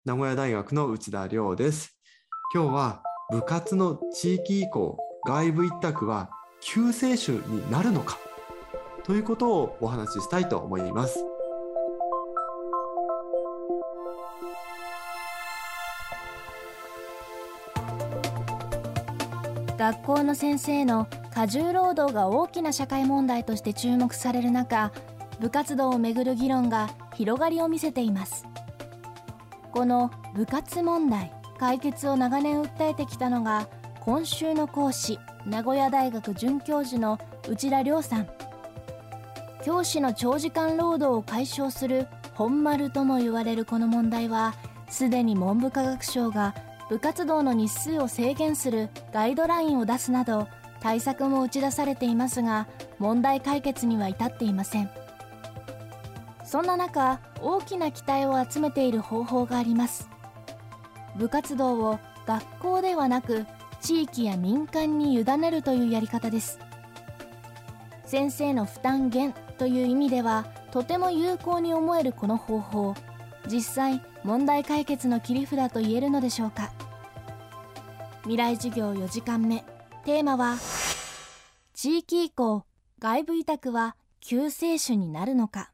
名古屋大学の内田亮です。今日は部活の地域移行、外部委託は救世主になるのかということをお話ししたいと思います。 学校の先生の過重労働が大きな社会問題として注目される中、部活動をめぐる議論が広がりを見せています。この部活問題解決を長年訴えてきたのが、今週の講師、名古屋大学准教授の内田亮さん。教師の長時間労働を解消する本丸とも言われるこの問題は、すでに文部科学省が部活動の日数を制限するガイドラインを出すなど対策も打ち出されていますが、問題解決には至っていません。そんな中、大きな期待を集めている方法があります。部活動を学校ではなく地域や民間に委ねるというやり方です。先生の負担減という意味ではとても有効に思えるこの方法、実際問題解決の切り札と言えるのでしょうか。未来授業4時間目、テーマは地域移行、外部委託は救世主になるのか。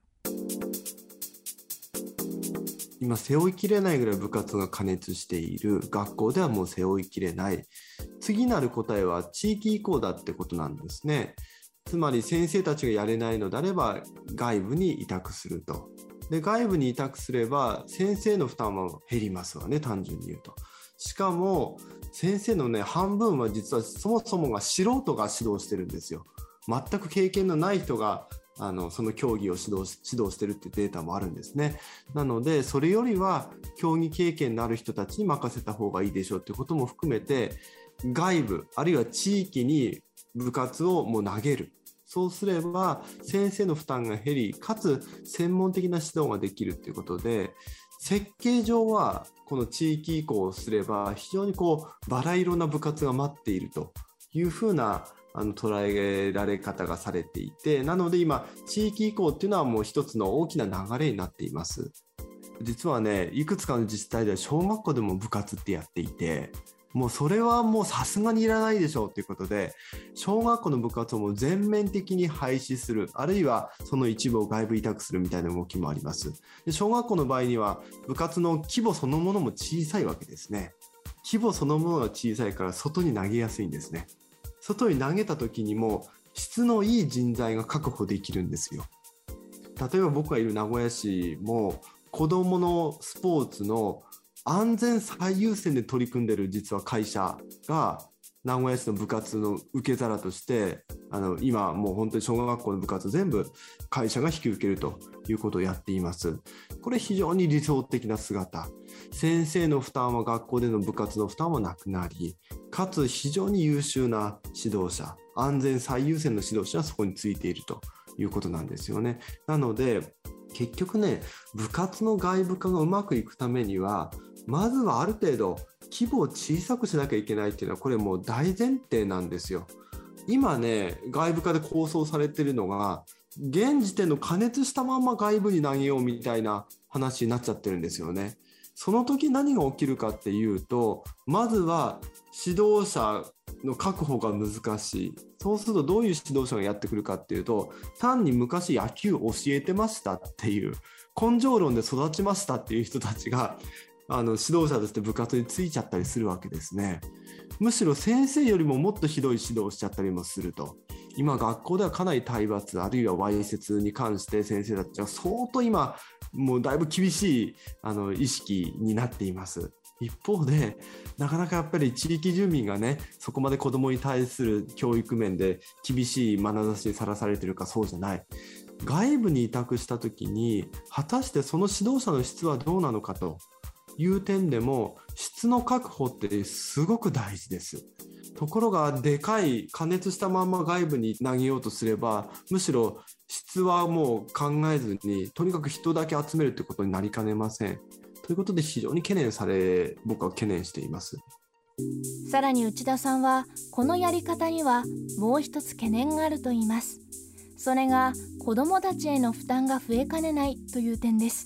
今背負いきれないぐらい部活が過熱している。学校ではもう背負いきれない。次なる答えは地域移行だってことなんですね。つまり先生たちがやれないのであれば外部に委託すると。で、外部に委託すれば先生の負担は減りますわね、単純に言うと。しかも先生のね、半分は実はそもそもが素人が指導してるんですよ。全く経験のない人がその競技を指導してるっていうデータもあるんですね。なのでそれよりは競技経験のある人たちに任せた方がいいでしょうっていうことも含めて、外部あるいは地域に部活をもう投げる。そうすれば先生の負担が減り、かつ専門的な指導ができるっていうことで、設計上はこの地域移行をすれば非常にバラ色な部活が待っているというふうな捉えられ方がされていて、なので今地域移行っていうのはもう一つの大きな流れになっています。実はね、いくつかの自治体では小学校でも部活ってやっていて、もうそれはもうさすがにいらないでしょうということで、小学校の部活をもう全面的に廃止する、あるいはその一部を外部委託するみたいな動きもあります。で、小学校の場合には部活の規模そのものも小さいわけですね。規模そのものが小さいから外に投げやすいんですね。外に投げた時にも質のいい人材が確保できるんですよ。例えば僕がいる名古屋市も子どものスポーツの安全最優先で取り組んでいる実は会社が名古屋市の部活の受け皿として今もう本当に小学校の部活全部会社が引き受けるということをやっています。これ非常に理想的な姿。先生の負担は学校での部活の負担はなくなり、かつ非常に優秀な指導者、安全最優先の指導者はそこについているということなんですよね。なので結局ね、部活の外部化がうまくいくためにはまずはある程度規模を小さくしなきゃいけないっていうのはこれもう大前提なんですよ。今ね、外部化で構想されているのが現時点の加熱したまま外部に投げようみたいな話になっちゃってるんですよね。その時何が起きるかっていうと、まずは指導者の確保が難しい。そうするとどういう指導者がやってくるかっていうと、単に昔野球教えてましたっていう根性論で育ちましたっていう人たちが指導者として部活についちゃったりするわけですね。むしろ先生よりももっとひどい指導をしちゃったりもすると。今学校ではかなり体罰あるいはわいせつに関して先生たちは相当今もうだいぶ厳しい意識になっています。一方でなかなかやっぱり地域住民がね、そこまで子どもに対する教育面で厳しい眼差しにさらされているか、そうじゃない。外部に委託した時に果たしてその指導者の質はどうなのかという点でも質の確保ってすごく大事です。ところがでかい加熱したまま外部に投げようとすれば、むしろ質はもう考えずにとにかく人だけ集めるということになりかねません。ということで非常に僕は懸念しています。 さらに内田さんはこのやり方にはもう一つ懸念があると言います。それが子どもたちへの負担が増えかねないという点です。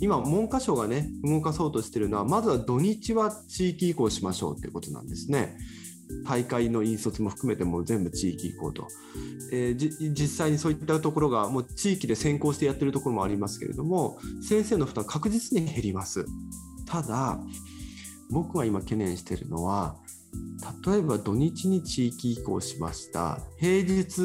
今文科省がね動かそうとしているのは、まずは土日は地域移行しましょうということなんですね。大会の引率も含めても全部地域移行と、実際にそういったところがもう地域で先行してやってるところもありますけれども、先生の負担確実に減ります。ただ僕が今懸念しているのは、例えば土日に地域移行しました、平日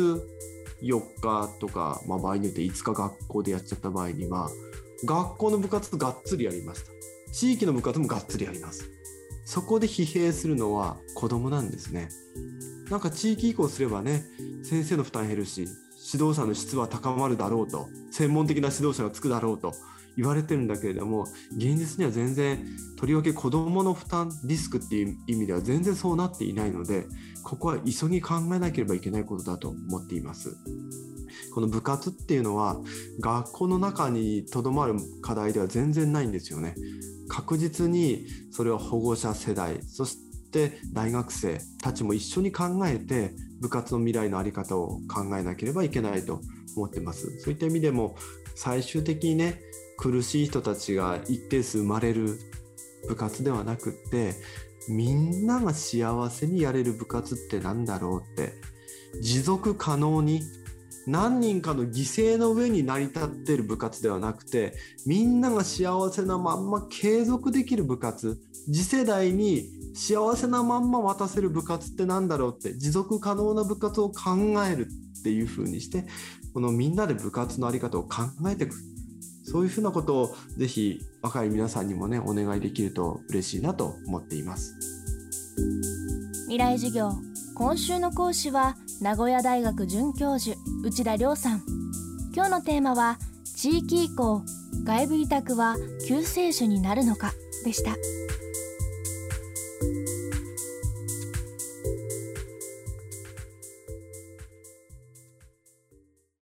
4日とか、場合によって5日学校でやっちゃった場合には、学校の部活がっつりやりました、地域の部活もがっつりやります。そこで疲弊するのは子どもなんですね。なんか地域移行すればね、先生の負担減るし、指導者の質は高まるだろうと、専門的な指導者がつくだろうと言われてるんだけれども、現実には全然、とりわけ子どもの負担リスクっていう意味では全然そうなっていないので、ここは急ぎ考えなければいけないことだと思っています。この部活っていうのは学校の中にとどまる課題では全然ないんですよね。確実にそれは保護者世代、そして大学生たちも一緒に考えて部活の未来の在り方を考えなければいけないと思ってます。そういった意味でも最終的にね、苦しい人たちが一定数生まれる部活ではなくって、みんなが幸せにやれる部活ってなんだろうって、持続可能に何人かの犠牲の上に成り立っている部活ではなくて、みんなが幸せなまんま継続できる部活、次世代に幸せなまんま渡せる部活ってなんだろうって、持続可能な部活を考えるっていう風にして、このみんなで部活の在り方を考えていく、そういうふうなことをぜひ若い皆さんにもね、お願いできると嬉しいなと思っています。 未来授業、今週の講師は名古屋大学准教授内田亮さん。今日のテーマは地域移行、外部委託は救世主になるのかでした。